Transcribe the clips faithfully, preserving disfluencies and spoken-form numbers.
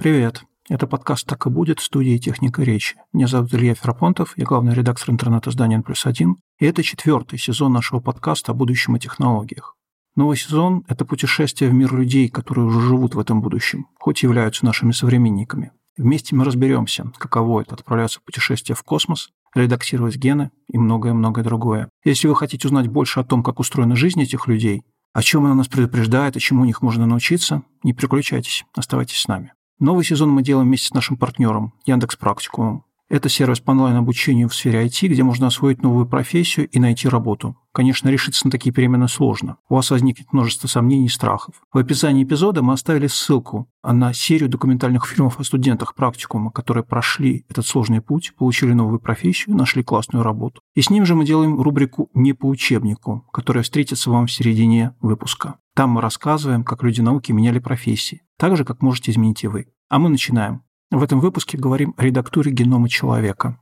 Привет. Это подкаст «Так и будет» студии «Техника речи». Меня зовут Илья Ферапонтов, я главный редактор интернет-издания эн плюс один, и это четвертый сезон нашего подкаста о будущем и технологиях. Новый сезон – это путешествие в мир людей, которые уже живут в этом будущем, хоть и являются нашими современниками. Вместе мы разберемся, каково это – отправляться в путешествие в космос, редактировать гены и многое-многое другое. Если вы хотите узнать больше о том, как устроена жизнь этих людей, о чем она нас предупреждает и чему у них можно научиться, не переключайтесь, оставайтесь с нами. Новый сезон мы делаем вместе с нашим партнером Яндекс.Практикумом. Это сервис по онлайн-обучению в сфере ай ти, где можно освоить новую профессию и найти работу. Конечно, решиться на такие перемены сложно. У вас возникнет множество сомнений и страхов. В описании эпизода мы оставили ссылку на серию документальных фильмов о студентах практикума, которые прошли этот сложный путь, получили новую профессию, нашли классную работу. И с ним же мы делаем рубрику «Не по учебнику», которая встретится вам в середине выпуска. Там мы рассказываем, как люди науки меняли профессии, так же, как можете изменить и вы. А мы начинаем. В этом выпуске говорим о редактуре генома человека.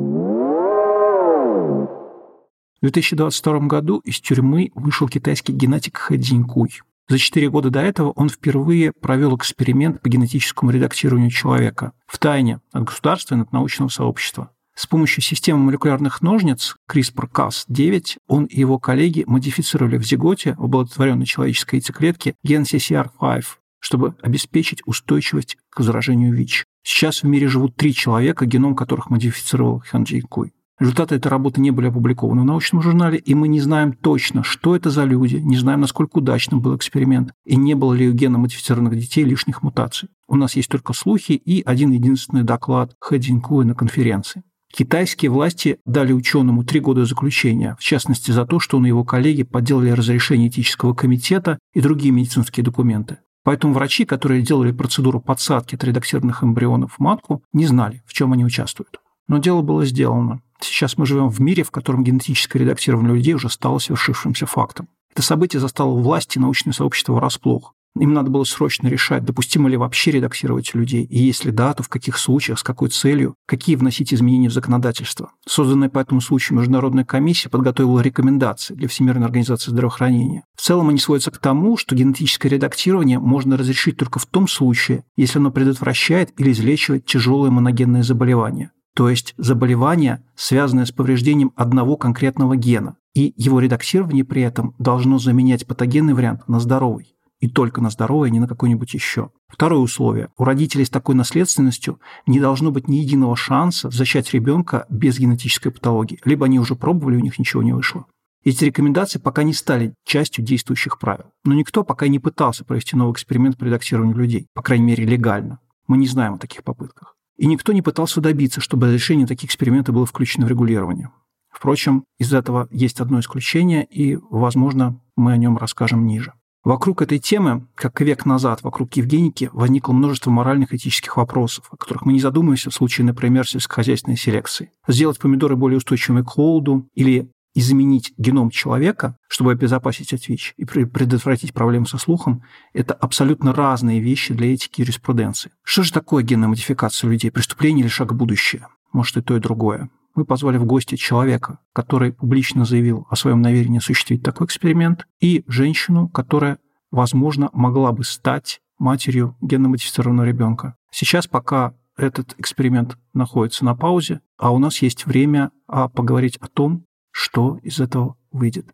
В две тысячи двадцать втором году из тюрьмы вышел китайский генетик Хэ Цзинькуй. За четыре года до этого он впервые провел эксперимент по генетическому редактированию человека в тайне от государства и от научного сообщества. С помощью системы молекулярных ножниц криспр кас девять он и его коллеги модифицировали в зиготе в оплодотворенной человеческой яйцеклетке ген си си ар пять, чтобы обеспечить устойчивость к заражению ВИЧ. Сейчас в мире живут три человека, геном которых модифицировал Хэ Цзинькуй. Результаты этой работы не были опубликованы в научном журнале, и мы не знаем точно, что это за люди, не знаем, насколько удачным был эксперимент, и не было ли у гена модифицированных детей лишних мутаций. У нас есть только слухи и один единственный доклад Хэ Цзинькуя на конференции. Китайские власти дали ученому три года заключения, в частности за то, что он и его коллеги подделали разрешение этического комитета и другие медицинские документы. Поэтому врачи, которые делали процедуру подсадки отредактированных эмбрионов в матку, не знали, в чем они участвуют. Но дело было сделано. Сейчас мы живем в мире, в котором генетическое редактирование людей уже стало свершившимся фактом. Это событие застало власти и научное сообщество врасплох. Им надо было срочно решать, допустимо ли вообще редактировать людей, и если да, то в каких случаях, с какой целью, какие вносить изменения в законодательство. Созданная по этому случаю Международная комиссия подготовила рекомендации для Всемирной организации здравоохранения. В целом они сводятся к тому, что генетическое редактирование можно разрешить только в том случае, если оно предотвращает или излечивает тяжелые моногенные заболевания. То есть заболевание, связанное с повреждением одного конкретного гена, и его редактирование при этом должно заменять патогенный вариант на здоровый. И только на здоровое, не на какой-нибудь еще. Второе условие. У родителей с такой наследственностью не должно быть ни единого шанса зачать ребенка без генетической патологии. Либо они уже пробовали, у них ничего не вышло. Эти рекомендации пока не стали частью действующих правил. Но никто пока не пытался провести новый эксперимент по редактированию людей, по крайней мере, легально. Мы не знаем о таких попытках. И никто не пытался добиться, чтобы разрешение таких экспериментов было включено в регулирование. Впрочем, из этого есть одно исключение, и, возможно, мы о нем расскажем ниже. Вокруг этой темы, как и век назад вокруг Евгеники, возникло множество моральных и этических вопросов, о которых мы не задумываемся в случае, например, сельскохозяйственной селекции. Сделать помидоры более устойчивыми к холоду или изменить геном человека, чтобы обезопасить от ВИЧ и предотвратить проблемы со слухом, это абсолютно разные вещи для этики и юриспруденции. Что же такое генная модификация людей? Преступление или шаг в будущее? Может, и то, и другое. Мы позвали в гости человека, который публично заявил о своем намерении осуществить такой эксперимент, и женщину, которая, возможно, могла бы стать матерью генно-модифицированного ребенка. Сейчас пока этот эксперимент находится на паузе, а у нас есть время поговорить о том, что из этого выйдет.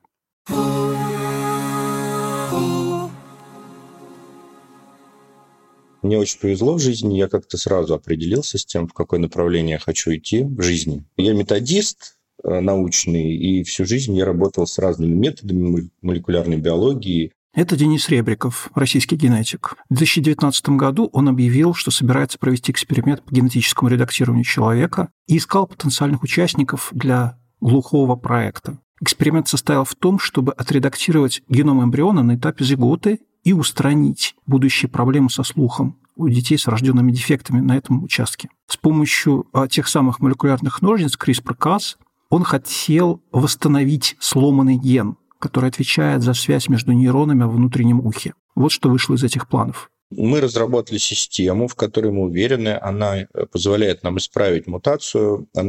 Мне очень повезло в жизни, я как-то сразу определился с тем, в какое направление я хочу идти в жизни. Я методист научный, и всю жизнь я работал с разными методами молекулярной биологии. Это Денис Ребриков, российский генетик. В две тысячи девятнадцатом году он объявил, что собирается провести эксперимент по генетическому редактированию человека и искал потенциальных участников для глухого проекта. Эксперимент состоял в том, чтобы отредактировать геном эмбриона на этапе зиготы и устранить будущие проблемы со слухом у детей с врожденными дефектами на этом участке. С помощью тех самых молекулярных ножниц криспр кас он хотел восстановить сломанный ген, который отвечает за связь между нейронами в внутреннем ухе. Вот что вышло из этих планов. Мы разработали систему, в которой мы уверены, она позволяет нам исправить мутацию, она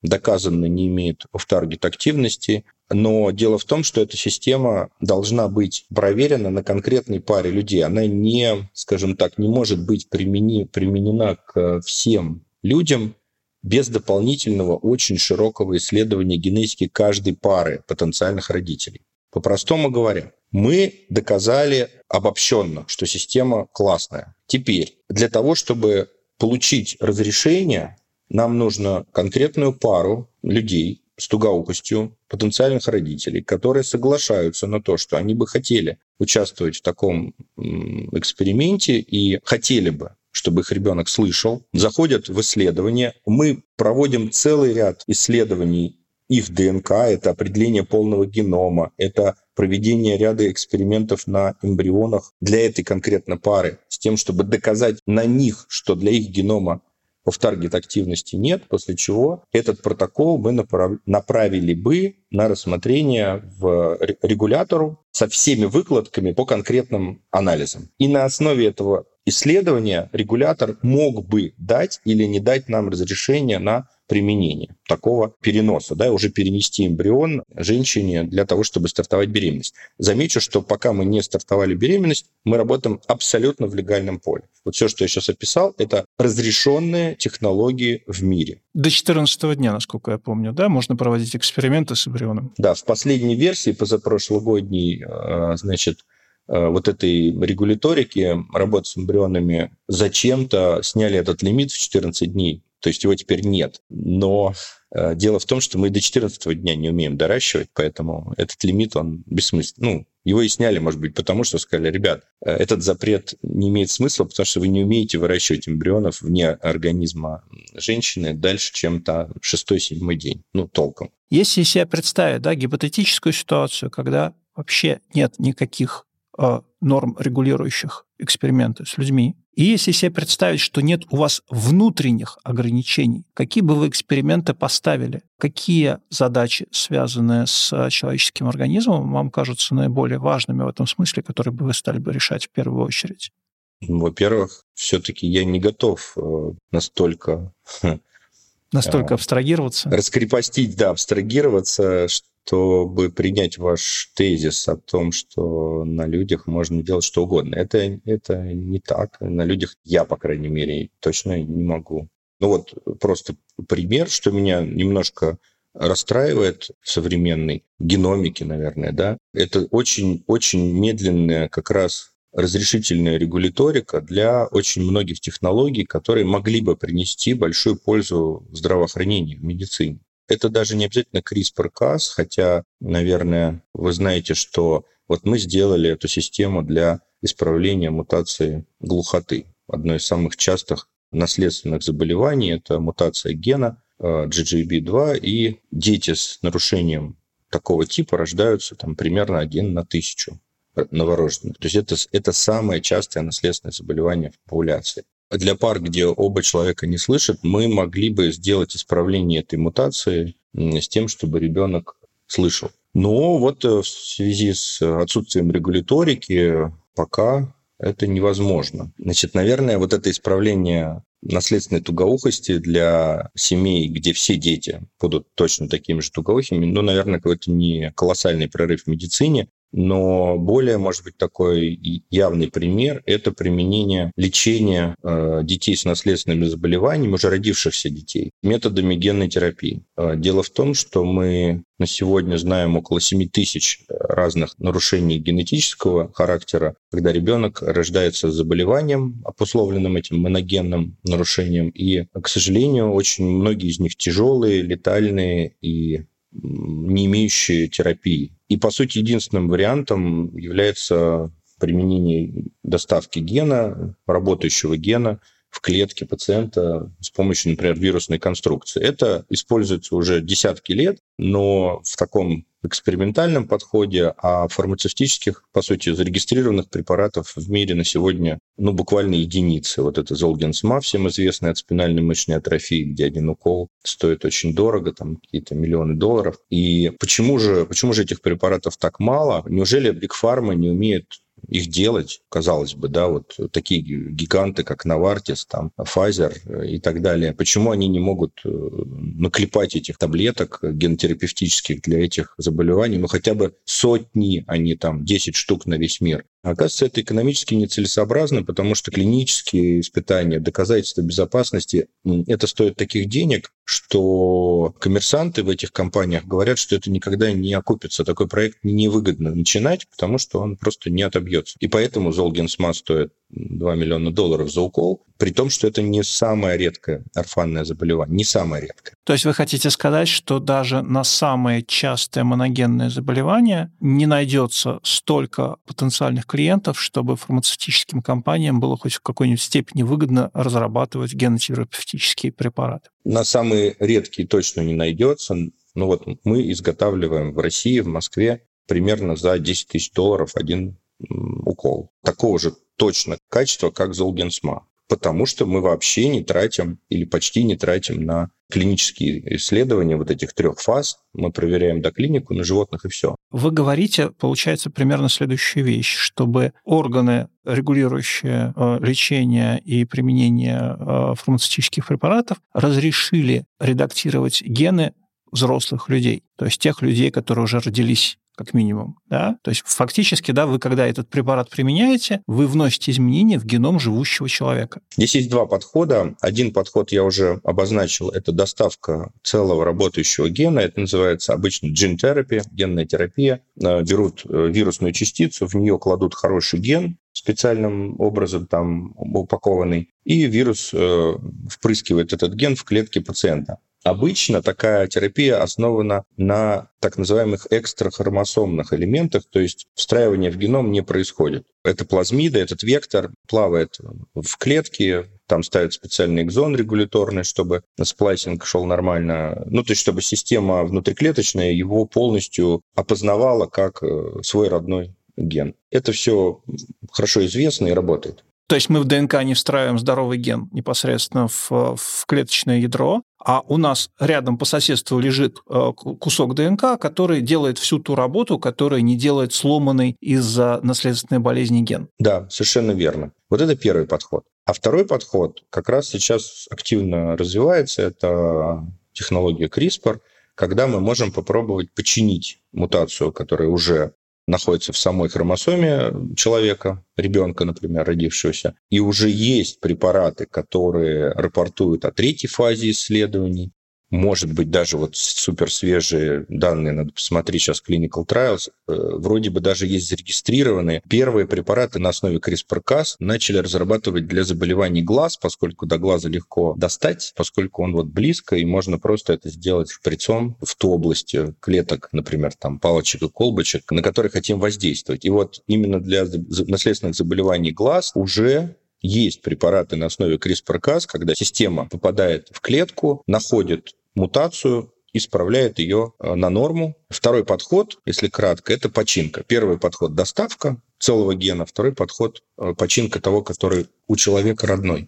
доказанно не имеет офф-таргет активности, но дело в том, что эта система должна быть проверена на конкретной паре людей. Она не, скажем так, не может быть примени, применена к всем людям без дополнительного очень широкого исследования генетики каждой пары потенциальных родителей. По-простому говоря, мы доказали обобщенно, что система классная. Теперь для того, чтобы получить разрешение, нам нужно конкретную пару людей с тугоукостью, потенциальных родителей, которые соглашаются на то, что они бы хотели участвовать в таком эксперименте и хотели бы, чтобы их ребенок слышал, заходят в исследование. Мы проводим целый ряд исследований их ДНК, это определение полного генома, это проведение ряда экспериментов на эмбрионах для этой конкретно пары, с тем, чтобы доказать на них, что для их генома офф-таргет активности нет, после чего этот протокол мы направили бы на рассмотрение в регулятору со всеми выкладками по конкретным анализам. И на основе этого исследования регулятор мог бы дать или не дать нам разрешение на применение такого переноса, да, уже перенести эмбрион женщине для того, чтобы стартовать беременность. Замечу, что пока мы не стартовали беременность, мы работаем абсолютно в легальном поле. Вот все, что я сейчас описал, это разрешенные технологии в мире. До четырнадцатого дня, насколько я помню, да, можно проводить эксперименты с эмбрионом? Да, в последней версии, позапрошлогодней, значит, вот этой регуляторики, работы с эмбрионами, зачем-то сняли этот лимит в четырнадцать дней. То есть его теперь нет. Но э, дело в том, что мы до четырнадцатого дня не умеем доращивать, поэтому этот лимит, он бессмысленный. Ну, его и сняли, может быть, потому что сказали, ребят, э, этот запрет не имеет смысла, потому что вы не умеете выращивать эмбрионов вне организма женщины дальше, чем там шестой-седьмой день. Ну, толком. Если себе представить, да, гипотетическую ситуацию, когда вообще нет никаких э, норм, регулирующих эксперименты с людьми, и если себе представить, что нет у вас внутренних ограничений, какие бы вы эксперименты поставили, какие задачи, связанные с человеческим организмом, вам кажутся наиболее важными в этом смысле, которые бы вы стали бы решать в первую очередь? Во-первых, все-таки я не готов настолько... Настолько абстрагироваться? Раскрепостить, да, абстрагироваться, чтобы принять ваш тезис о том, что на людях можно делать что угодно. Это, это не так. На людях я, по крайней мере, точно не могу. Ну вот просто пример, что меня немножко расстраивает в современной геномике, наверное, да, это очень-очень медленная как раз разрешительная регуляторика для очень многих технологий, которые могли бы принести большую пользу в здравоохранении, в медицине. Это даже не обязательно CRISPR-Cas, хотя, наверное, вы знаете, что вот мы сделали эту систему для исправления мутации глухоты. Одно из самых частых наследственных заболеваний – это мутация гена джи джей би два, и дети с нарушением такого типа рождаются там, примерно один на тысячу новорожденных. То есть это, это самое частое наследственное заболевание в популяции. Для пар, где оба человека не слышат, мы могли бы сделать исправление этой мутации с тем, чтобы ребенок слышал. Но вот в связи с отсутствием регуляторики пока это невозможно. Значит, наверное, вот это исправление наследственной тугоухости для семей, где все дети будут точно такими же тугоухими, ну, наверное, какой-то не колоссальный прорыв в медицине, но более, может быть, такой явный пример – это применение лечения э, детей с наследственными заболеваниями, уже родившихся детей, методами генной терапии. Э, дело в том, что мы на сегодня знаем около семь тысяч разных нарушений генетического характера, когда ребенок рождается с заболеванием, обусловленным этим моногенным нарушением, и, к сожалению, очень многие из них тяжелые, летальные и не имеющие терапии. И, по сути, единственным вариантом является применение доставки гена, работающего гена в клетке пациента с помощью, например, вирусной конструкции. Это используется уже десятки лет, но в таком экспериментальном подходе, а фармацевтических, по сути, зарегистрированных препаратов в мире на сегодня ну, буквально единицы. Вот это Zolgensma, всем известный от спинальной мышечной атрофии, где один укол стоит очень дорого, там какие-то миллионы долларов. И почему же, почему же этих препаратов так мало? Неужели Big Pharma не умеет их делать, казалось бы, да, вот такие гиганты, как Novartis, там, Pfizer и так далее, почему они не могут наклепать этих таблеток генотерапевтических для этих заболеваний, ну, хотя бы сотни, а не там десять штук на весь мир. Оказывается, это экономически нецелесообразно, потому что клинические испытания, доказательства безопасности, это стоит таких денег, что коммерсанты в этих компаниях говорят, что это никогда не окупится. Такой проект невыгодно начинать, потому что он просто не отобьется. И поэтому Zolgensma стоит два миллиона долларов за укол, при том, что это не самое редкое орфанное заболевание, не самое редкое. То есть вы хотите сказать, что даже на самые частые моногенные заболевания не найдется столько потенциальных клиентов, чтобы фармацевтическим компаниям было хоть в какой-нибудь степени выгодно разрабатывать генотерапевтические препараты? На самые редкие точно не найдется. Ну вот мы изготавливаем в России, в Москве примерно за десять тысяч долларов один укол. Такого же точно качества, как Zolgensma. Потому что мы вообще не тратим или почти не тратим на клинические исследования вот этих трех фаз. Мы проверяем доклинику на животных и все. Вы говорите, получается, примерно следующую вещь, чтобы органы, регулирующие э, лечение и применение э, фармацевтических препаратов, разрешили редактировать гены взрослых людей, то есть тех людей, которые уже родились как минимум. Да? То есть фактически, да, вы, когда этот препарат применяете, вы вносите изменения в геном живущего человека. Здесь есть два подхода. Один подход я уже обозначил, это доставка целого работающего гена. Это называется обычно gene therapy, генная терапия. Берут вирусную частицу, в нее кладут хороший ген, специальным образом там упакованный, и вирус э, впрыскивает этот ген в клетки пациента. Обычно такая терапия основана на так называемых экстрахромосомных элементах, то есть встраивание в геном не происходит. Это плазмида, этот вектор плавает в клетке, там ставят специальный экзон регуляторный, чтобы сплайсинг шел нормально, ну, то есть чтобы система внутриклеточная его полностью опознавала как свой родной ген. Это все хорошо известно и работает. То есть мы в ДНК не встраиваем здоровый ген непосредственно в, в клеточное ядро, а у нас рядом по соседству лежит кусок ДНК, который делает всю ту работу, которую не делает сломанный из-за наследственной болезни ген. Да, совершенно верно. Вот это первый подход. А второй подход как раз сейчас активно развивается, это технология CRISPR, когда мы можем попробовать починить мутацию, которая уже находится в самой хромосоме человека, ребенка, например, родившегося. И уже есть препараты, которые рапортуют о третьей фазе исследований. Может быть, даже вот суперсвежие данные, надо посмотреть сейчас Clinical Trials, вроде бы даже есть зарегистрированные. Первые препараты на основе CRISPR-Cas начали разрабатывать для заболеваний глаз, поскольку до глаза легко достать, поскольку он вот близко, и можно просто это сделать шприцом в ту область клеток, например, там палочек и колбочек, на которые хотим воздействовать. И вот именно для наследственных заболеваний глаз уже есть препараты на основе CRISPR-Cas, когда система попадает в клетку, находит мутацию, исправляет ее на норму. Второй подход, если кратко, это починка. Первый подход – доставка целого гена, второй подход – починка того, который у человека родной.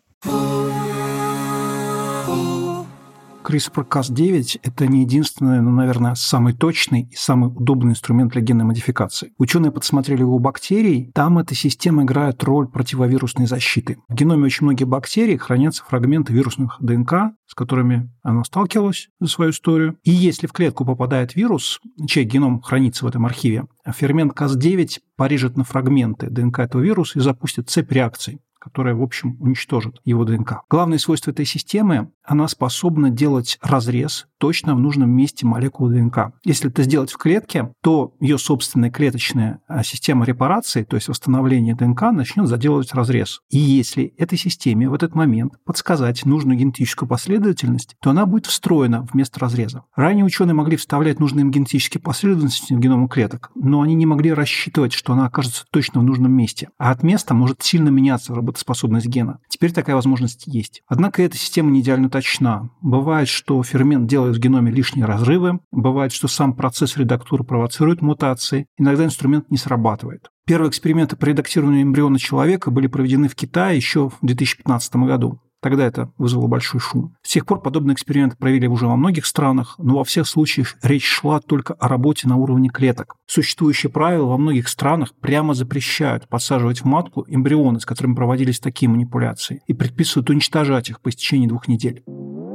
CRISPR-Cas девять – это не единственный, но, наверное, самый точный и самый удобный инструмент для генной модификации. Ученые подсмотрели у бактерий, там эта система играет роль противовирусной защиты. В геноме очень многих бактерий хранятся фрагменты вирусных ДНК, с которыми она сталкивалась за свою историю. И если в клетку попадает вирус, чей геном хранится в этом архиве, фермент Cas девять порежет на фрагменты ДНК этого вируса и запустит цепь реакций, которая, в общем, уничтожит его ДНК. Главное свойство этой системы – она способна делать разрез точно в нужном месте молекулы ДНК. Если это сделать в клетке, то ее собственная клеточная система репарации, то есть восстановления ДНК, начнет заделывать разрез. И если этой системе в этот момент подсказать нужную генетическую последовательность, то она будет встроена в место разреза. Ранее ученые могли вставлять нужные им генетические последовательности в геном клеток, но они не могли рассчитывать, что она окажется точно в нужном месте. А от места может сильно меняться работоспособность гена. Теперь такая возможность есть. Однако эта система не идеально точна. Бывает, что фермент делает в геноме лишние разрывы, бывает, что сам процесс редактуры провоцирует мутации, иногда инструмент не срабатывает. Первые эксперименты по редактированию эмбриона человека были проведены в Китае еще в две тысячи пятнадцатом году. Тогда это вызвало большой шум. С тех пор подобные эксперименты провели уже во многих странах, но во всех случаях речь шла только о работе на уровне клеток. Существующие правила во многих странах прямо запрещают подсаживать в матку эмбрионы, с которыми проводились такие манипуляции, и предписывают уничтожать их по истечении двух недель.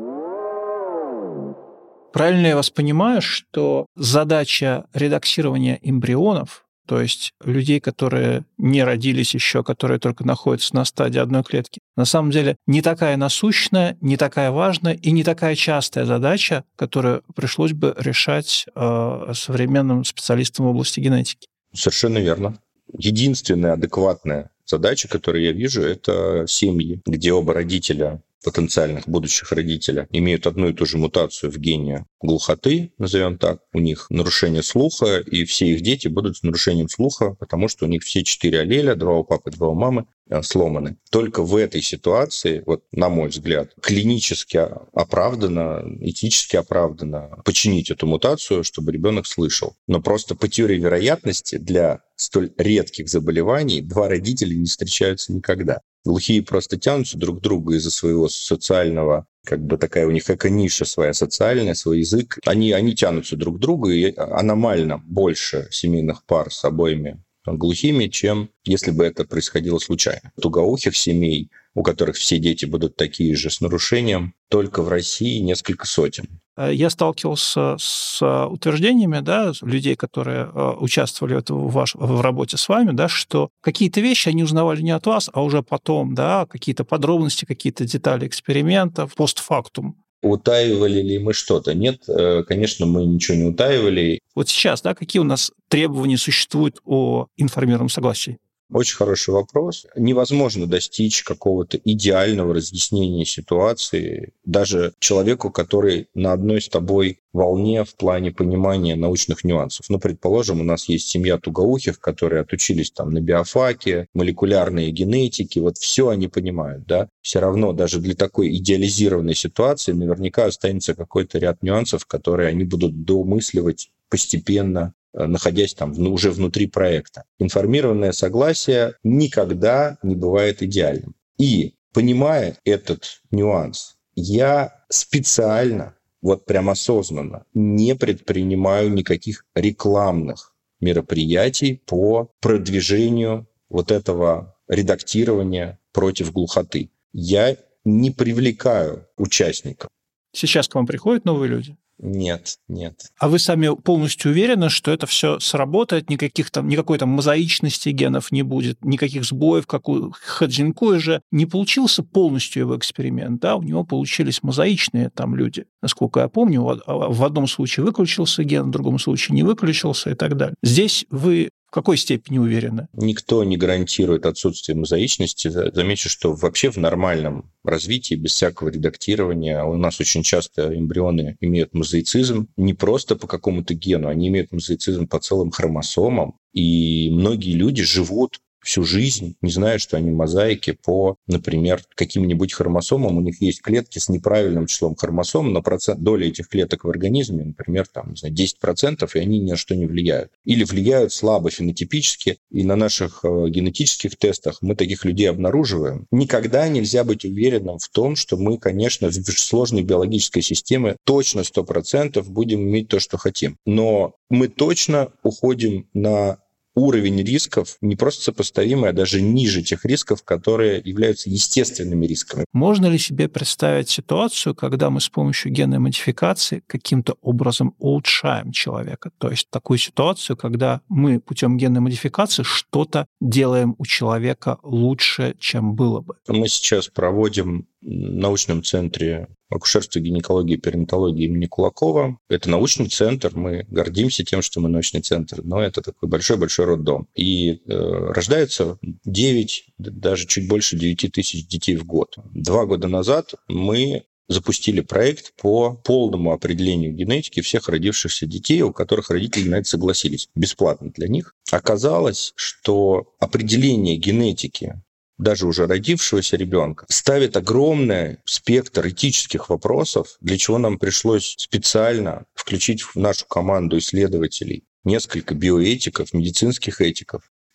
Правильно я вас понимаю, что задача редактирования эмбрионов, то есть людей, которые не родились еще, которые только находятся на стадии одной клетки, на самом деле не такая насущная, не такая важная и не такая частая задача, которую пришлось бы решать э, современным специалистам в области генетики? Совершенно верно. Единственная адекватная задача, которую я вижу, это семьи, где оба родителя, потенциальных будущих родителя, имеют одну и ту же мутацию в гене глухоты, назовем так, у них нарушение слуха, и все их дети будут с нарушением слуха, потому что у них все четыре аллеля, два у папы, два у мамы, сломаны. Только в этой ситуации, вот на мой взгляд, клинически оправданно, этически оправданно починить эту мутацию, чтобы ребенок слышал. Но просто по теории вероятности для столь редких заболеваний два родителя не встречаются никогда. Глухие просто тянутся друг к другу из-за своего социального, как бы такая у них эко-ниша своя социальная, свой язык. Они, они тянутся друг к другу, и аномально больше семейных пар с обоими глухими, чем если бы это происходило случайно. Тугоухих семей, у которых все дети будут такие же с нарушением, только в России несколько сотен. Я сталкивался с утверждениями, да, людей, которые участвовали в, ваш, в работе с вами, да, что какие-то вещи они узнавали не от вас, а уже потом, да, какие-то подробности, какие-то детали экспериментов, постфактум. Утаивали ли мы что-то? Нет, конечно, мы ничего не утаивали. Вот сейчас, да, какие у нас требования существуют о информированном согласии? Очень хороший вопрос. Невозможно достичь какого-то идеального разъяснения ситуации даже человеку, который на одной с тобой волне в плане понимания научных нюансов. Ну, предположим, у нас есть семья тугоухих, которые отучились там на биофаке, молекулярной генетике, вот все они понимают, да. Все равно даже для такой идеализированной ситуации наверняка останется какой-то ряд нюансов, которые они будут домысливать постепенно, находясь там уже внутри проекта. Информированное согласие никогда не бывает идеальным. И, понимая этот нюанс, я специально, вот прям осознанно, не предпринимаю никаких рекламных мероприятий по продвижению вот этого редактирования против глухоты. Я не привлекаю участников. Сейчас к вам приходят новые люди? Нет, нет. А вы сами полностью уверены, что это все сработает, никаких там, никакой там мозаичности генов не будет, никаких сбоев, как у Хаджинкуя же не получился полностью его эксперимент, да, у него получились мозаичные там люди. Насколько я помню, в одном случае выключился ген, в другом случае не выключился и так далее. Здесь вы в какой степени уверены? Никто не гарантирует отсутствие мозаичности. Замечу, что вообще в нормальном развитии, без всякого редактирования, у нас очень часто эмбрионы имеют мозаицизм не просто по какому-то гену, они имеют мозаицизм по целым хромосомам. И многие люди живут всю жизнь, не зная, что они мозаики по, например, каким-нибудь хромосомам. У них есть клетки с неправильным числом хромосом, но процент, доля этих клеток в организме, например, там, не знаю, десять процентов, и они ни на что не влияют. Или влияют слабо фенотипически, и на наших э, генетических тестах мы таких людей обнаруживаем. Никогда нельзя быть уверенным в том, что мы, конечно, в сложной биологической системе точно сто процентов будем иметь то, что хотим. Но мы точно уходим на уровень рисков не просто сопоставимый, а даже ниже тех рисков, которые являются естественными рисками. Можно ли себе представить ситуацию, когда мы с помощью генной модификации каким-то образом улучшаем человека? То есть такую ситуацию, когда мы путем генной модификации что-то делаем у человека лучше, чем было бы? Мы сейчас проводим в научном центре акушерства, гинекологии и перинатологии имени Кулакова. Это научный центр, мы гордимся тем, что мы научный центр, но это такой большой-большой роддом. И э, рождается девять, даже чуть больше девять тысяч детей в год. Два года назад мы запустили проект по полному определению генетики всех родившихся детей, у которых родители на это согласились, бесплатно для них. Оказалось, что определение генетики даже уже родившегося ребенка, ставит огромный спектр этических вопросов, для чего нам пришлось специально включить в нашу команду исследователей несколько биоэтиков, медицинских этиков,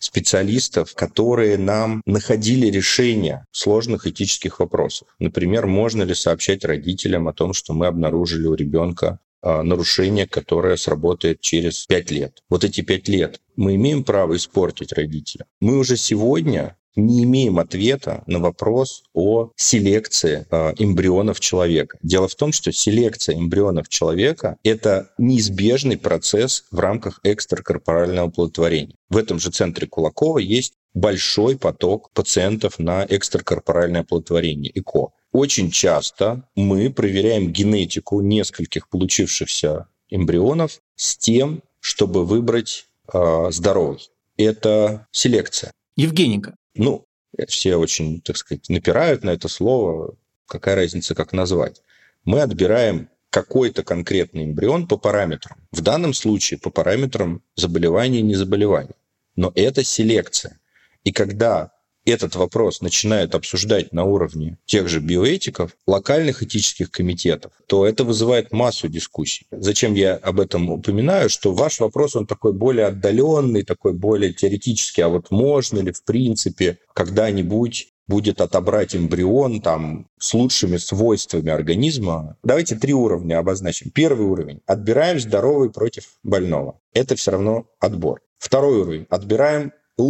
специалистов, которые нам находили решения сложных этических вопросов. Например, можно ли сообщать родителям о том, что мы обнаружили у ребенка нарушение, которое сработает через пять лет. Вот эти пять лет мы имеем право испортить родителя. Мы уже сегодня не имеем ответа на вопрос о селекции э, эмбрионов человека. Дело в том, что селекция эмбрионов человека — это неизбежный процесс в рамках экстракорпорального оплодотворения. В этом же центре Кулакова есть большой поток пациентов на экстракорпоральное оплодотворение, ЭКО. Очень часто мы проверяем генетику нескольких получившихся эмбрионов с тем, чтобы выбрать э, здоровый. Это селекция. Евгеника. Ну, все очень, так сказать, напирают на это слово. Какая разница, как назвать? Мы отбираем какой-то конкретный эмбрион по параметрам. В данном случае по параметрам заболевания и незаболевания. Но это селекция. И когда этот вопрос начинают обсуждать на уровне тех же биоэтиков, локальных этических комитетов, то это вызывает массу дискуссий. Зачем я об этом упоминаю? Что ваш вопрос, он такой более отдаленный, такой более теоретический. А вот можно ли, в принципе, когда-нибудь будет отобрать эмбрион там, с лучшими свойствами организма? Давайте три уровня обозначим. Первый уровень. Отбираем здоровый против больного. Это все равно отбор. Второй уровень. Отбираем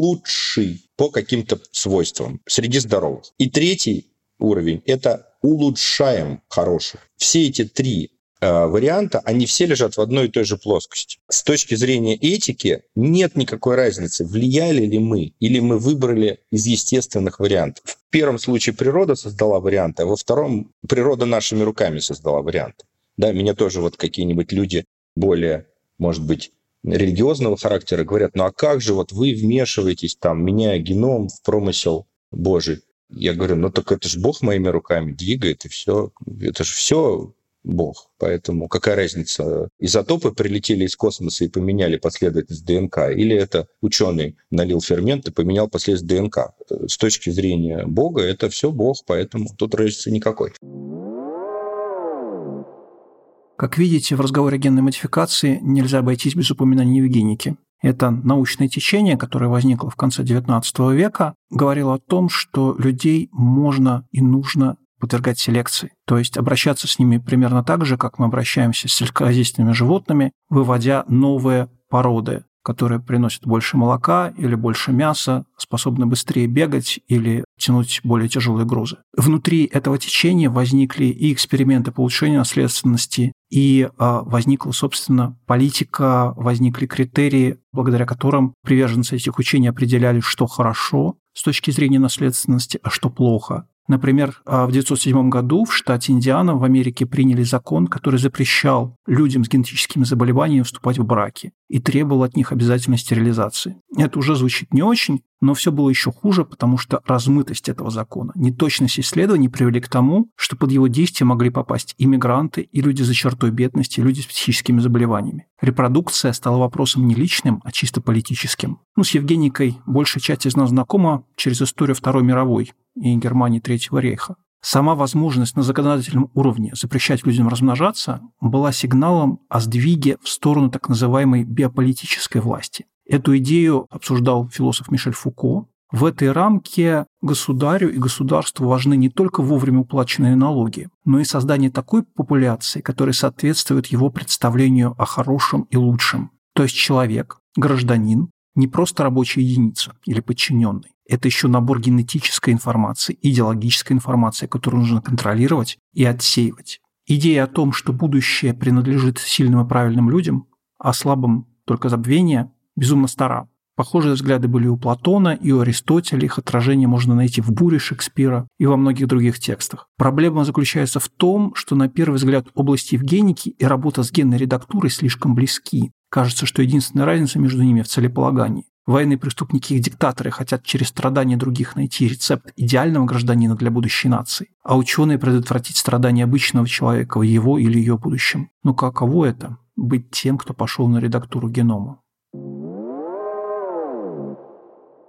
лучший по каким-то свойствам среди здоровых. И третий уровень – это улучшаем хороших. Все эти три э, варианта, они все лежат в одной и той же плоскости. С точки зрения этики нет никакой разницы, влияли ли мы или мы выбрали из естественных вариантов. В первом случае природа создала варианты, а во втором природа нашими руками создала варианты. Да, меня тоже вот какие-нибудь люди более, может быть, религиозного характера говорят, ну а как же вот вы вмешиваетесь, там, меняя геном в промысел Божий? Я говорю, ну так это же Бог моими руками двигает, и все. Это же все Бог. Поэтому какая разница? Изотопы прилетели из космоса и поменяли последовательность ДНК, или это ученый налил фермент и поменял последовательность ДНК? С точки зрения Бога это все Бог, поэтому тут разницы никакой. Как видите, в разговоре о генной модификации нельзя обойтись без упоминания евгеники. Это научное течение, которое возникло в конце девятнадцатого века, говорило о том, что людей можно и нужно подвергать селекции, то есть обращаться с ними примерно так же, как мы обращаемся с сельскохозяйственными животными, выводя новые породы, которые приносят больше молока или больше мяса, способны быстрее бегать или тянуть более тяжелые грузы. Внутри этого течения возникли и эксперименты по улучшению наследственности, и а, возникла, собственно, политика, возникли критерии, благодаря которым приверженцы этих учений определяли, что хорошо с точки зрения наследственности, а что плохо. Например, в девятьсот седьмом году в штате Индиана в Америке приняли закон, который запрещал людям с генетическими заболеваниями вступать в браки и требовал от них обязательной стерилизации. Это уже звучит не очень, но все было еще хуже, потому что размытость этого закона, неточность исследований привели к тому, что под его действие могли попасть иммигранты и люди за чертой бедности, и люди с психическими заболеваниями. Репродукция стала вопросом не личным, а чисто политическим. Ну, с Евгеникой большая часть из нас знакома через историю Второй мировой и Германии Третьего рейха. Сама возможность на законодательном уровне запрещать людям размножаться была сигналом о сдвиге в сторону так называемой биополитической власти. Эту идею обсуждал философ Мишель Фуко. В этой рамке государю и государству важны не только вовремя уплаченные налоги, но и создание такой популяции, которая соответствует его представлению о хорошем и лучшем. То есть человек, гражданин, не просто рабочая единица или подчиненный. Это еще набор генетической информации, идеологической информации, которую нужно контролировать и отсеивать. Идея о том, что будущее принадлежит сильным и правильным людям, а слабым только забвение, безумно стара. Похожие взгляды были у Платона и у Аристотеля, их отражение можно найти в «Буре» Шекспира и во многих других текстах. Проблема заключается в том, что на первый взгляд область евгеники и работа с генной редактурой слишком близки. Кажется, что единственная разница между ними в целеполагании. Военные преступники и диктаторы хотят через страдания других найти рецепт идеального гражданина для будущей нации, а ученые предотвратить страдания обычного человека в его или ее будущем. Но каково это – быть тем, кто пошел на редактуру генома?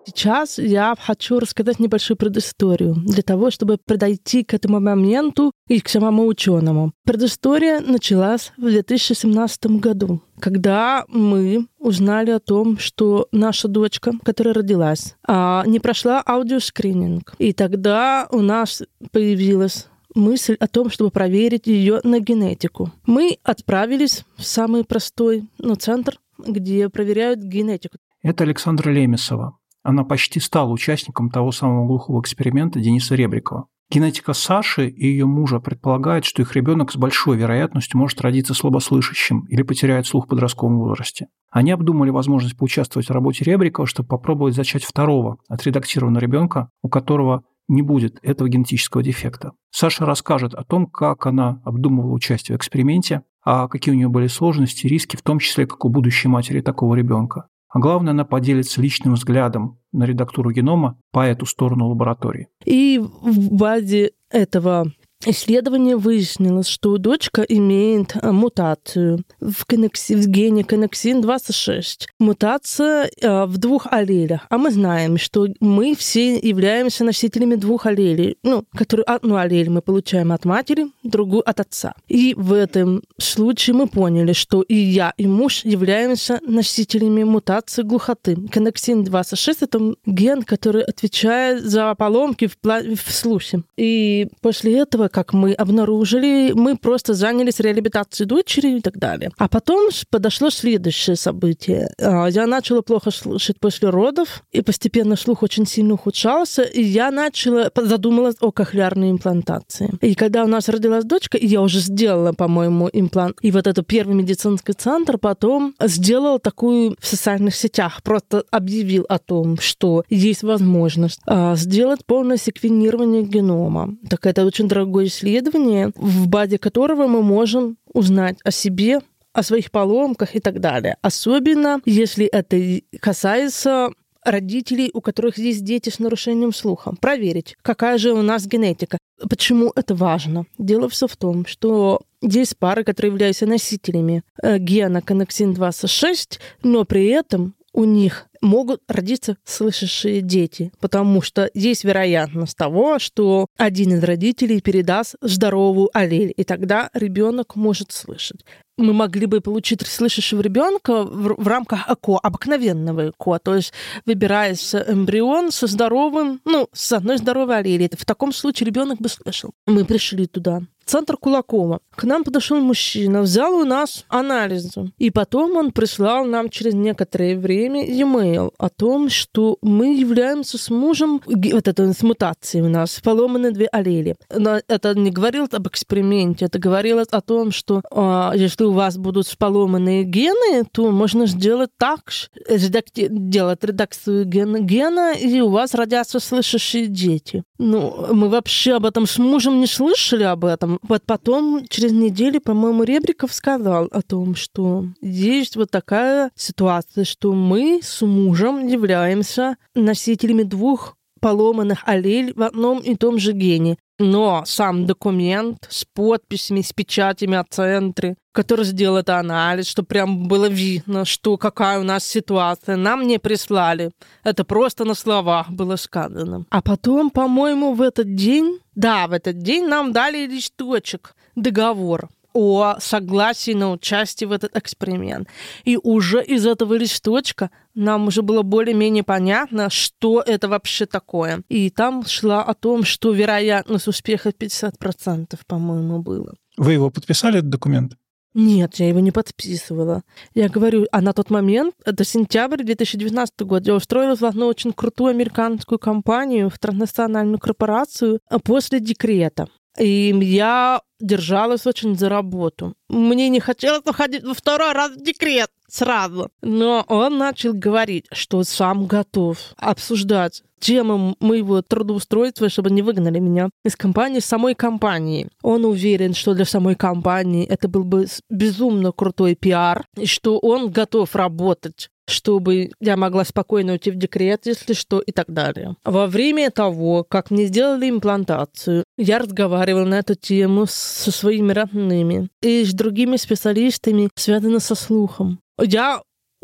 Сейчас я хочу рассказать небольшую предысторию для того, чтобы подойти к этому моменту и к самому ученому. Предыстория началась в две тысячи семнадцатом году, когда мы узнали о том, что наша дочка, которая родилась, не прошла аудиоскрининг. И тогда у нас появилась мысль о том, чтобы проверить ее на генетику. Мы отправились в самый простой ну, центр, где проверяют генетику. Это Александра Лемесова. Она почти стала участником того самого глухого эксперимента Дениса Ребрикова. Генетика Саши и ее мужа предполагает, что их ребенок с большой вероятностью может родиться слабослышащим или потеряет слух в подростковом возрасте. Они обдумали возможность поучаствовать в работе Ребрикова, чтобы попробовать зачать второго отредактированного ребенка, у которого не будет этого генетического дефекта. Саша расскажет о том, как она обдумывала участие в эксперименте, а какие у нее были сложности и риски, в том числе как у будущей матери такого ребенка. А главное, она поделится личным взглядом на редактуру генома по эту сторону лаборатории. И в базе этого исследования выяснилось, что дочка имеет мутацию в, коннекси... в гене коннексин двадцать шесть. Мутация э, в двух аллелях. А мы знаем, что мы все являемся носителями двух аллелей. Ну, которые одну аллель мы получаем от матери, другую от отца. И в этом случае мы поняли, что и я, и муж являемся носителями мутации глухоты. Коннексин двадцать шесть – это ген, который отвечает за поломки в, пла... в слухе. И после этого, как мы обнаружили, мы просто занялись реабилитацией дочери и так далее. А потом подошло следующее событие. Я начала плохо слышать после родов, и постепенно слух очень сильно ухудшался, и я начала, задумалась о кохлеарной имплантации. И когда у нас родилась дочка, и я уже сделала, по-моему, имплант, и вот этот первый медицинский центр потом сделал такую в социальных сетях, просто объявил о том, что есть возможность сделать полное секвенирование генома. Так это очень дорогое исследование, в базе которого мы можем узнать о себе, о своих поломках и так далее. Особенно, если это касается родителей, у которых есть дети с нарушением слуха. Проверить, какая же у нас генетика. Почему это важно? Дело все в том, что есть пары, которые являются носителями гена коннексин двадцать шесть, но при этом у них могут родиться слышащие дети, потому что есть вероятность того, что один из родителей передаст здоровую аллель, и тогда ребенок может слышать. Мы могли бы получить слышащего ребенка в, в рамках ЭКО, обыкновенного ЭКО, то есть выбирается эмбрион со здоровым, ну, с одной здоровой аллелью. В таком случае ребенок бы слышал. Мы пришли туда. Центр Кулакова. К нам подошел мужчина, взял у нас анализы. И потом он прислал нам через некоторое время e-mail о том, что мы являемся с мужем, вот это с мутацией у нас, поломаны две аллели. Но это не говорилось об эксперименте, это говорилось о том, что э, если у вас будут поломанные гены, то можно сделать так, редакти- делать редакцию гена, гена, и у вас родятся слышащие дети. Ну, мы вообще об этом с мужем не слышали об этом. Вот потом, через неделю, по-моему, Ребриков сказал о том, что есть вот такая ситуация, что мы с мужем являемся носителями двух поломанных аллель в одном и том же гене. Но сам документ с подписями, с печатями от центра, который сделал этот анализ, чтобы прям было видно, что какая у нас ситуация, нам не прислали. Это просто на словах было сказано. А потом, по-моему, в этот день, да, в этот день нам дали листочек, договор о согласии на участие в этот эксперимент. И уже из этого листочка нам уже было более-менее понятно, что это вообще такое. И там шла о том, что вероятность успеха пятьдесят процентов, по-моему, было. Вы его подписали, этот документ? Нет, я его не подписывала. Я говорю, а на тот момент, это сентябрь две тысячи девятнадцатого года, я устроилась в одну очень крутую американскую компанию, в транснациональную корпорацию после декрета. И я держалась очень за работу. Мне не хотелось уходить во второй раз в декрет сразу. Но он начал говорить, что сам готов обсуждать тему моего трудоустройства, чтобы не выгнали меня из компании, с самой компании. Он уверен, что для самой компании это был бы безумно крутой пиар, и что он готов работать, чтобы я могла спокойно уйти в декрет, если что, и так далее. Во время того, как мне сделали имплантацию, я разговаривала на эту тему со своими родными и с другими специалистами, связанными со слухом. Я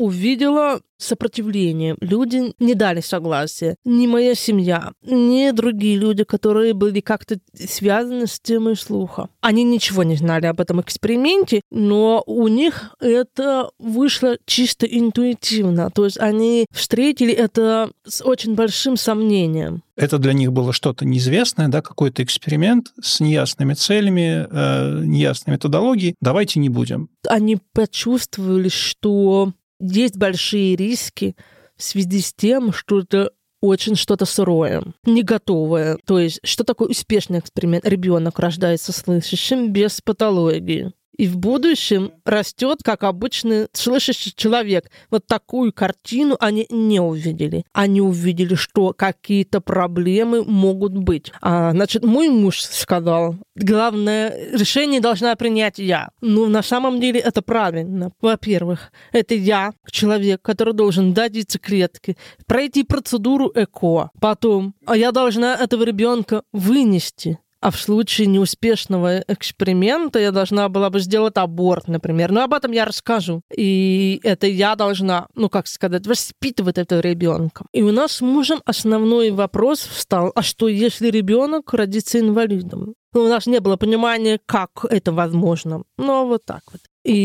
увидела сопротивление. Люди не дали согласия. Ни моя семья, ни другие люди, которые были как-то связаны с темой слуха. Они ничего не знали об этом эксперименте, но у них это вышло чисто интуитивно. То есть они встретили это с очень большим сомнением. Это для них было что-то неизвестное, да, какой-то эксперимент с неясными целями, э, неясной методологией. Давайте не будем. Они почувствовали, что есть большие риски в связи с тем, что это очень что-то сырое, не готовое. То есть, что такое успешный эксперимент? Ребенок рождается слышащим без патологии. И в будущем растет как обычный слышащий человек. Вот такую картину они не увидели. Они увидели, что какие-то проблемы могут быть. А, значит, мой муж сказал, главное решение должна принять я. Ну, на самом деле это правильно. Во-первых, это я, человек, который должен дать яйцеклетки, пройти процедуру ЭКО. Потом, а я должна этого ребенка вынести. А в случае неуспешного эксперимента я должна была бы сделать аборт, например. Но об этом я расскажу. И это я должна, ну, как сказать, воспитывать этого ребенка. И у нас с мужем основной вопрос встал, а что, если ребенок родится инвалидом? Ну, у нас не было понимания, как это возможно. Ну, вот так вот.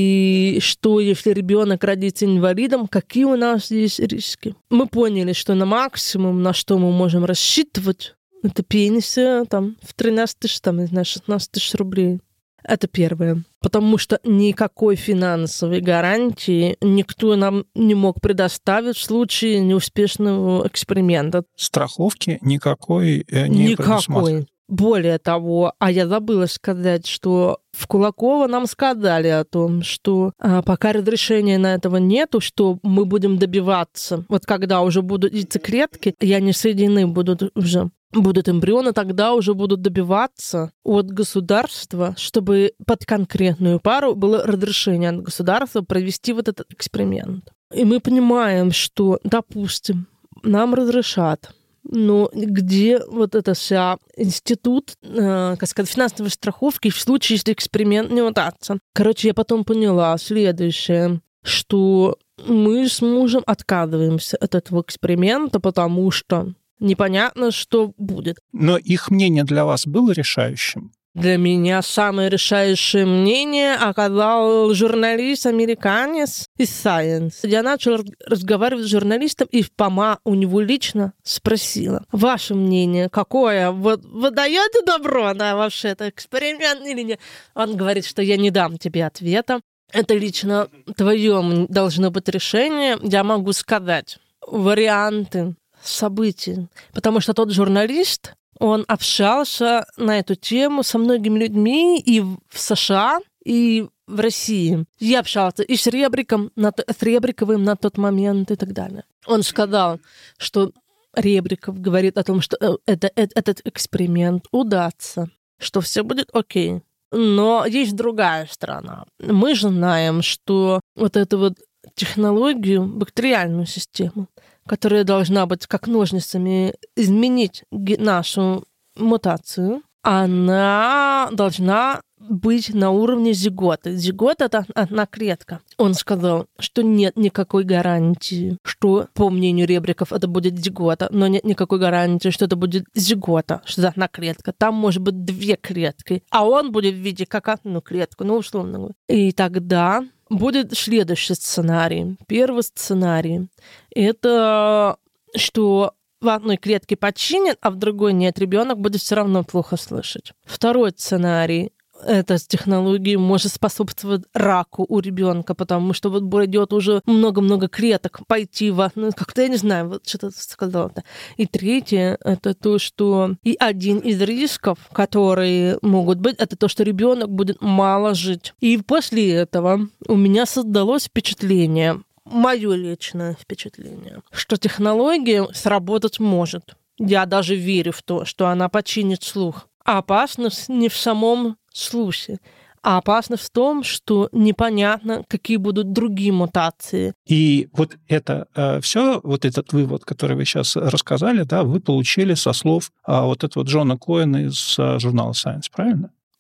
И что, если ребенок родится инвалидом, какие у нас есть риски? Мы поняли, что на максимум, на что мы можем рассчитывать, это пенсия там, в тринадцать тысяч, там, не знаю, шестнадцать тысяч рублей. Это первое. Потому что никакой финансовой гарантии никто нам не мог предоставить в случае неуспешного эксперимента. Страховки никакой э, не Никакой. Более того, а я забыла сказать, что в Кулаково нам сказали о том, что а, пока разрешения на этого нету, что мы будем добиваться. Вот когда уже будут яйцеклетки, и они соединены будут уже, будут эмбрионы, тогда уже будут добиваться от государства, чтобы под конкретную пару было разрешение от государства провести вот этот эксперимент. И мы понимаем, что, допустим, нам разрешат, но где вот это вся институт, э, как сказать, финансовой страховки в случае, если эксперимент не удастся. Короче, я потом поняла следующее, что мы с мужем отказываемся от этого эксперимента, потому что непонятно, что будет. Но их мнение для вас было решающим? Для меня самое решающее мнение оказал журналист-американец из Science. Я начала разговаривать с журналистом, и Фома у него лично спросила: ваше мнение какое? Вот вы даете добро на вообще это эксперимент или нет? Он говорит, что я не дам тебе ответа. Это лично твое должно быть решение. Я могу сказать варианты событий, потому что тот журналист, он общался на эту тему со многими людьми и в США, и в России. Я общался и с Ребриком, с Ребриковым на тот момент и так далее. Он сказал, что Ребриков говорит о том, что это, это, этот эксперимент удастся, что все будет окей. Но есть другая сторона. Мы же знаем, что вот эту вот технологию, бактериальную систему, которая должна быть как ножницами изменить нашу мутацию, она должна быть на уровне зиготы. Зигота — это одна клетка. Он сказал, что нет никакой гарантии, что, по мнению Ребриков, это будет зигота, но нет никакой гарантии, что это будет зигота, что это одна клетка. Там может быть две клетки, а он будет в виде как одну клетку, ну, условно говоря. И тогда будет следующий сценарий. Первый сценарий — это что в одной клетке починят, а в другой нет. Ребенок будет все равно плохо слышать. Второй сценарий — эта технология может способствовать раку у ребенка, потому что вот будет уже много-много клеток пойти в одну, как-то я не знаю, вот что-то сказала-то. И третье — это то, что и один из рисков, которые могут быть, это то, что ребенок будет мало жить. И после этого у меня создалось впечатление, мое личное впечатление, что технология сработать может. Я даже верю в то, что она починит слух. А опасность не в самом слухе, а опасность в том, что непонятно, какие будут другие мутации. И вот это э, все, вот этот вывод, который вы сейчас рассказали, да, вы получили со слов э, вот этого Джона Коэна из э, журнала Science, правильно?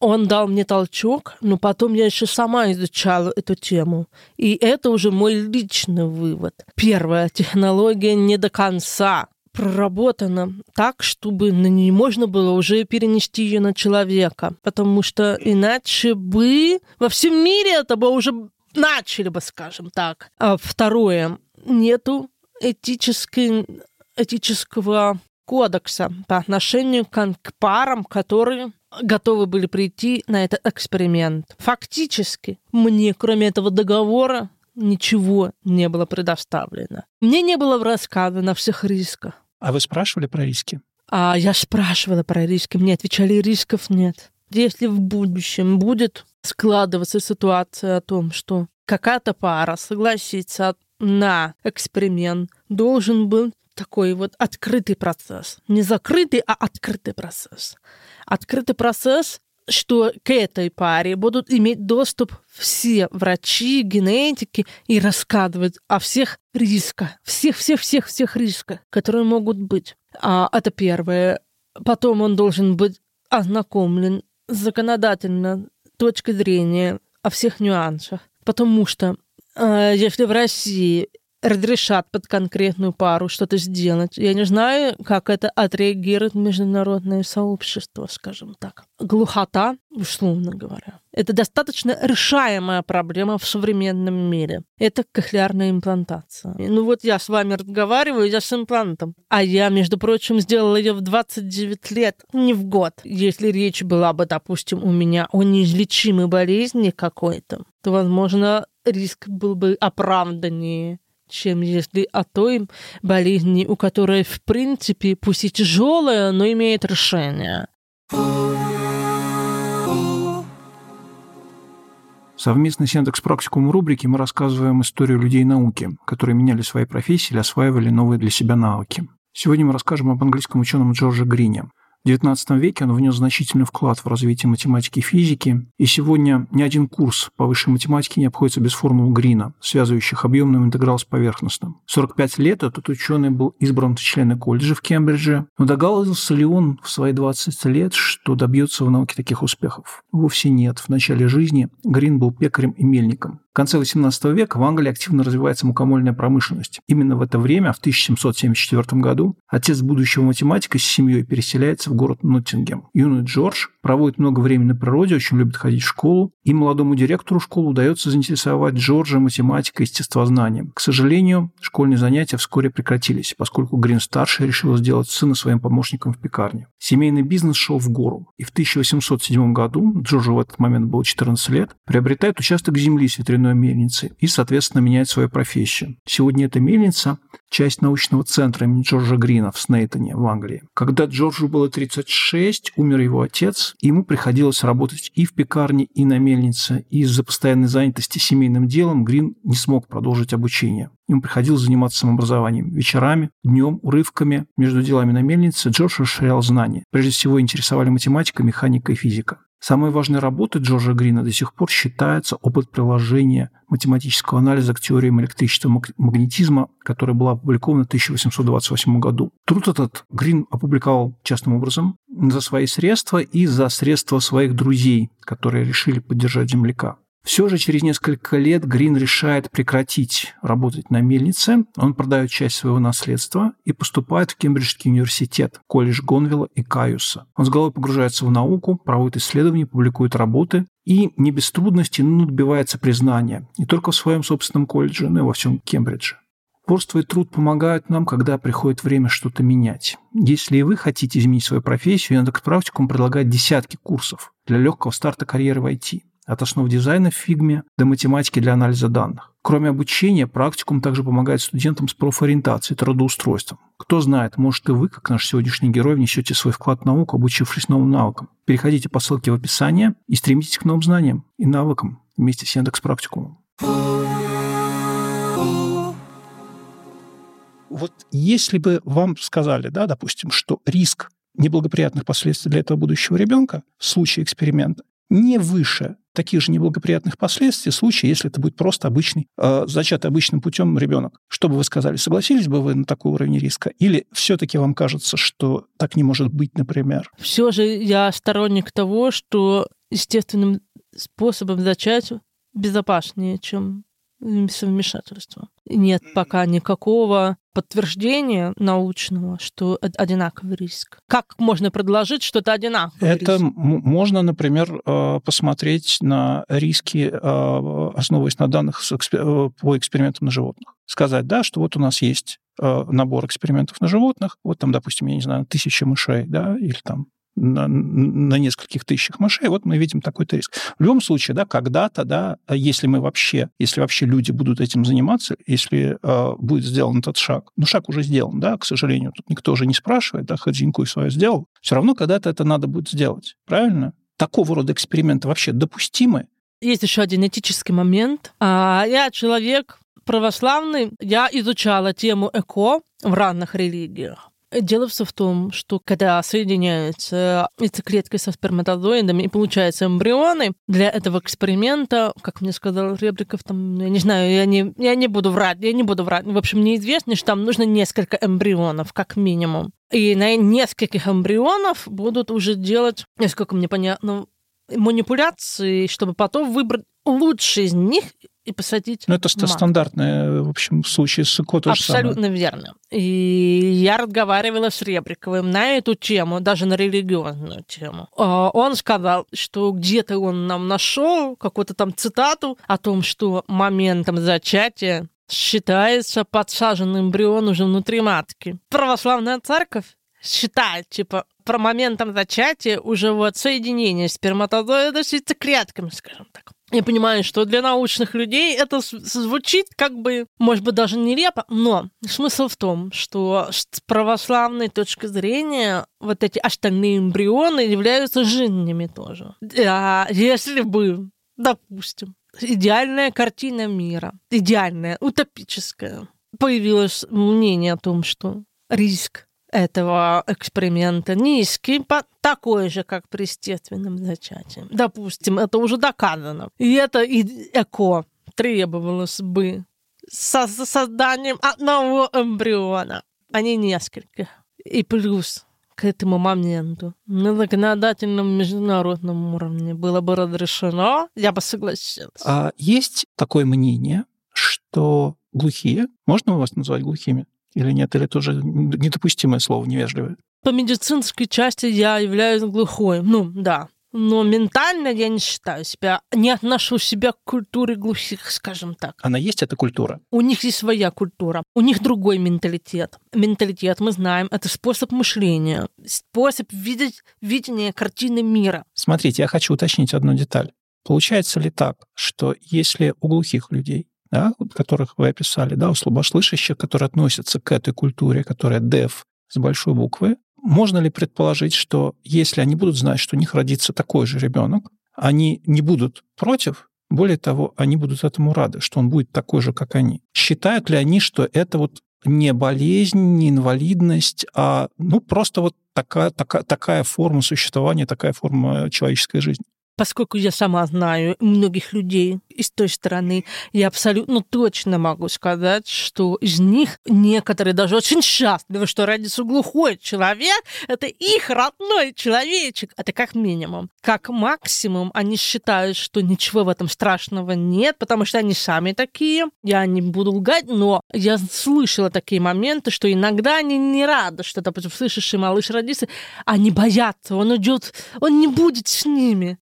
он дал мне толчок, но потом я еще сама изучала эту тему. И это уже мой личный вывод. Первое, технология не до конца проработана так, чтобы на ней можно было уже перенести ее на человека. Потому что иначе бы во всем мире это бы уже начали бы, скажем так. А второе, нету этической, этического кодекса по отношению к, к парам, которые готовы были прийти на этот эксперимент. Фактически, мне, кроме этого договора, ничего не было предоставлено. Мне не было рассказано о всех рисках. А вы спрашивали про риски? А я спрашивала про риски, мне отвечали, рисков нет. Если в будущем будет складываться ситуация о том, что какая-то пара согласится на эксперимент, должен был такой вот открытый процесс. Не закрытый, а открытый процесс. Открытый процесс, что к этой паре будут иметь доступ все врачи, генетики и рассказывать о всех рисках, всех-всех-всех-всех рисках, которые могут быть. А это первое. Потом он должен быть ознакомлен с законодательной точкой зрения о всех нюансах. Потому что э, если в России разрешат под конкретную пару что-то сделать. Я не знаю, как это отреагирует международное сообщество, скажем так. Глухота, условно говоря, это достаточно решаемая проблема в современном мире. Это кохлеарная имплантация. Ну вот я с вами разговариваю, я с имплантом. А я, между прочим, сделала ее в двадцать девять лет, не в год. Если речь была бы, допустим, у меня о неизлечимой болезни какой-то, то, возможно, риск был бы оправданнее, чем если о той болезни, у которой, в принципе, пусть и тяжелая, но имеет решение. Совместно с Яндекс.Практикумом рубрики мы рассказываем историю людей науки, которые меняли свои профессии или осваивали новые для себя навыки. Сегодня мы расскажем об английском ученом Джордже Грине. В девятнадцатом веке он внес значительный вклад в развитие математики и физики, и сегодня ни один курс по высшей математике не обходится без формул Грина, связывающих объемный интеграл с поверхностным. В сорок пять лет этот ученый был избран в члены колледжа в Кембридже, но догадывался ли он в свои двадцать лет, что добьется в науке таких успехов? Вовсе нет. В начале жизни Грин был пекарем и мельником. В конце восемнадцатого века в Англии активно развивается мукомольная промышленность. Именно в это время, в тысяча семьсот семьдесят четвёртом году, отец будущего математика с семьей переселяется в город Ноттингем. Юный Джордж проводит много времени на природе, очень любит ходить в школу, и молодому директору школы удается заинтересовать Джорджа математикой и естествознанием. К сожалению, школьные занятия вскоре прекратились, поскольку Грин-старший решил сделать сына своим помощником в пекарне. Семейный бизнес шел в гору, и в тысяча восемьсот седьмом году, Джорджу в этот момент было четырнадцать лет, приобретает участок земли с ветряной мельницы и, соответственно, меняет свою профессию. Сегодня эта мельница – часть научного центра имени Джорджа Грина в Снейтоне, в Англии. Когда Джорджу было тридцать шесть, умер его отец, и ему приходилось работать и в пекарне, и на мельнице, и из-за постоянной занятости семейным делом Грин не смог продолжить обучение. Ему приходилось заниматься самообразованием. Вечерами, днем, урывками между делами на мельнице Джордж расширял знания. Прежде всего интересовали математика, механика и физика. Самой важной работой Джорджа Грина до сих пор считается опыт приложения математического анализа к теориям электрического магнетизма, которая была опубликована в тысяча восемьсот двадцать восьмом году. Труд этот Грин опубликовал частным образом за свои средства и за средства своих друзей, которые решили поддержать земляка. Все же через несколько лет Грин решает прекратить работать на мельнице, он продает часть своего наследства и поступает в Кембриджский университет, колледж Гонвилла и Каюса. Он с головой погружается в науку, проводит исследования, публикует работы и не без трудностей, но добивается признания не только в своем собственном колледже, но и во всем Кембридже. Упорство и труд помогают нам, когда приходит время что-то менять. Если и вы хотите изменить свою профессию, Яндекс.Практикум предлагает десятки курсов для легкого старта карьеры в ай ти. От основ дизайна в фигме до математики для анализа данных. Кроме обучения, практикум также помогает студентам с профориентацией, трудоустройством. Кто знает, может и вы, как наш сегодняшний герой, внесете свой вклад в науку, обучившись новым навыкам. Переходите по ссылке в описании и стремитесь к новым знаниям и навыкам вместе с Яндекс.Практикумом. Вот если бы вам сказали, да, допустим, что риск неблагоприятных последствий для этого будущего ребенка в случае эксперимента не выше таких же неблагоприятных последствий в случае, если это будет просто обычный, э, зачатый обычным путем ребенок. Что бы вы сказали? Согласились бы вы на такой уровень риска? Или все-таки вам кажется, что так не может быть, например? Все же я сторонник того, что естественным способом зачать безопаснее, чем совмешательство. Нет пока никакого подтверждения научного, что одинаковый риск. Как можно предложить, что это одинаковый это риск? М- можно, например, посмотреть на риски, основываясь на данных по экспериментам на животных. Сказать, да, что вот у нас есть набор экспериментов на животных, вот там, допустим, я не знаю, тысяча мышей, да, или там на, на нескольких тысячах мышей, вот мы видим такой-то риск. В любом случае, да, когда-то, да, если мы вообще, если вообще люди будут этим заниматься, если э, будет сделан этот шаг, ну, шаг уже сделан, да, к сожалению, тут никто уже не спрашивает, да, Ходзинькуй свое сделал, все равно когда-то это надо будет сделать, правильно? Такого рода эксперименты вообще допустимы? Есть еще один этический момент. Я человек православный, я изучала тему эко в ранних религиях. Дело все в том, что когда соединяются яйцеклетки со сперматозоидами и получаются эмбрионы, для этого эксперимента, как мне сказал Ребриков, там, я не знаю, я не, я не буду врать, я не буду врать. В общем, мне известно, что там нужно несколько эмбрионов, как минимум. И на нескольких эмбрионов будут уже делать, насколько мне понятно, манипуляции, чтобы потом выбрать лучший из них и посадить. Ну, это мат. Стандартное, в общем, в случае с ЭКО то же самое. Абсолютно верно. И я разговаривала с Ребриковым на эту тему, даже на религиозную тему. Он сказал, что где-то он нам нашел какую-то там цитату о том, что моментом зачатия считается подсаженный эмбрион уже внутри матки. Православная церковь считает, типа, про моментом зачатия уже вот соединение сперматозоида с яйцеклетками, скажем так. Я понимаю, что для научных людей это звучит как бы, может быть, даже нелепо, но смысл в том, что с православной точки зрения вот эти остальные эмбрионы являются жизнями тоже. А если бы, допустим, идеальная картина мира, идеальная, утопическая, появилось мнение о том, что риск этого эксперимента низкий, такой же, как при естественном зачатии. Допустим, это уже доказано. И это эко требовалось бы со созданием одного эмбриона, а не нескольких. И плюс к этому моменту на законодательном международном уровне было бы разрешено, я бы согласилась. А есть такое мнение, что глухие, можно вас назвать глухими? Или нет, или тоже недопустимое слово, невежливое? По медицинской части я являюсь глухой, ну да. Но ментально я не считаю себя, не отношу себя к культуре глухих, скажем так. Она есть, эта культура? У них есть своя культура, у них другой менталитет. Менталитет, мы знаем, это способ мышления, способ видеть, видения картины мира. Смотрите, я хочу уточнить одну деталь. Получается ли так, что если у глухих людей, да, которых вы описали, да, у слабослышащих, которые относятся к этой культуре, которая деф с большой буквы, можно ли предположить, что если они будут знать, что у них родится такой же ребенок, они не будут против, более того, они будут этому рады, что он будет такой же, как они? Считают ли они, что это вот не болезнь, не инвалидность, а ну, просто вот такая, такая, такая форма существования, такая форма человеческой жизни? Поскольку я сама знаю многих людей из той стороны, я абсолютно точно могу сказать, что из них некоторые даже очень счастливы, что родится глухой человек, это их родной человечек. Это как минимум. Как максимум они считают, что ничего в этом страшного нет, потому что они сами такие. Я не буду лгать, но я слышала такие моменты, что иногда они не рады, что, допустим, слышащий малыш родится, они боятся, он уйдет, он не будет с ними.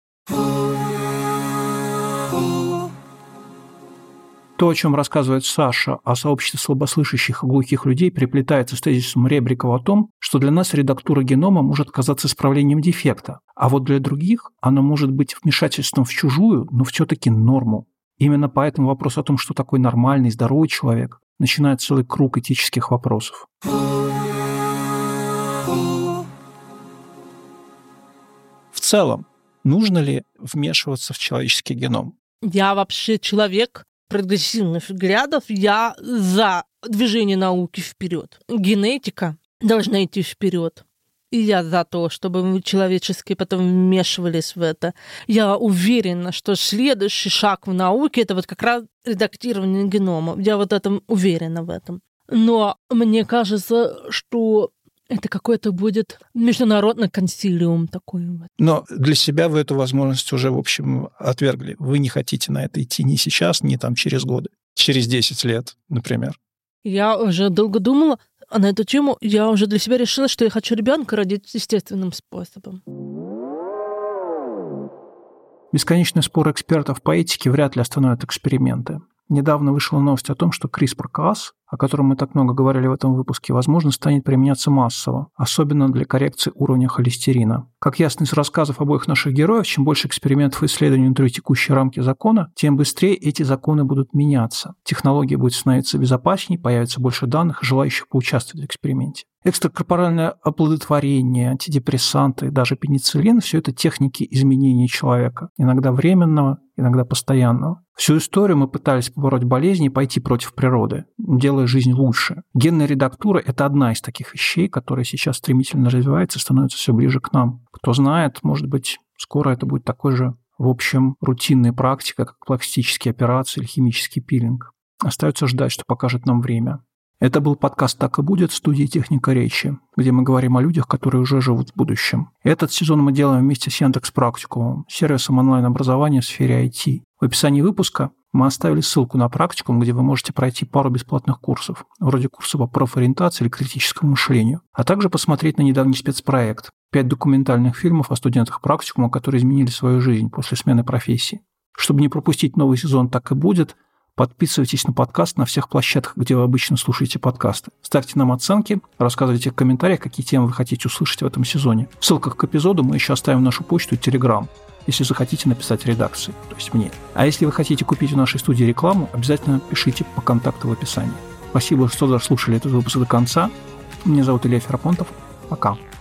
То, о чем рассказывает Саша о сообществе слабослышащих и глухих людей, переплетается с тезисом Ребрикова о том, что для нас редактура генома может казаться исправлением дефекта, а вот для других она может быть вмешательством в чужую, но все-таки норму. Именно поэтому вопрос о том, что такой нормальный, здоровый человек, начинает целый круг этических вопросов. В целом, нужно ли вмешиваться в человеческий геном? Я вообще человек прогрессивных взглядов, я за движение науки вперед. Генетика должна идти вперед. И я за то, чтобы мы человеческие потом вмешивались в это. Я уверена, что следующий шаг в науке — это вот как раз редактирование генома. Я вот этом уверена в этом. Но мне кажется, что Это какой-то будет международный консилиум такой. Но для себя вы эту возможность уже, в общем, отвергли. Вы не хотите на это идти ни сейчас, ни там через годы. Через десять лет, например. Я уже долго думала на эту тему. Я уже для себя решила, что я хочу ребенка родить естественным способом. Бесконечные споры экспертов по этике вряд ли остановят эксперименты. Недавно вышла новость о том, что CRISPR-Cas, о котором мы так много говорили в этом выпуске, возможно, станет применяться массово, особенно для коррекции уровня холестерина. Как ясно из рассказов обоих наших героев, чем больше экспериментов и исследований внутри текущей рамки закона, тем быстрее эти законы будут меняться. Технология будет становиться безопаснее, появится больше данных и желающих поучаствовать в эксперименте. Экстракорпоральное оплодотворение, антидепрессанты, даже пенициллин – все это техники изменения человека, иногда временного, иногда постоянного. Всю историю мы пытались побороть болезни и пойти против природы, делая жизнь лучше. Генная редактура – это одна из таких вещей, которая сейчас стремительно развивается и становится все ближе к нам. Кто знает, может быть, скоро это будет такой же, в общем, рутинная практика, как пластические операции или химический пилинг. Остается ждать, что покажет нам время. Это был подкаст «Так и будет» в студии «Техника речи», где мы говорим о людях, которые уже живут в будущем. Этот сезон мы делаем вместе с Яндекс.Практикумом, сервисом онлайн-образования в сфере ай ти. В описании выпуска мы оставили ссылку на практикум, где вы можете пройти пару бесплатных курсов, вроде курса по профориентации или критическому мышлению, а также посмотреть на недавний спецпроект «Пять документальных фильмов о студентах практикума, которые изменили свою жизнь после смены профессии». Чтобы не пропустить новый сезон «Так и будет», подписывайтесь на подкаст на всех площадках, где вы обычно слушаете подкасты. Ставьте нам оценки, рассказывайте в комментариях, какие темы вы хотите услышать в этом сезоне. В ссылках к эпизоду мы еще оставим нашу почту и Telegram, если захотите написать редакции, то есть мне. А если вы хотите купить в нашей студии рекламу, обязательно пишите по контакту в описании. Спасибо, что дослушали этот выпуск до конца. Меня зовут Илья Ферапонтов. Пока.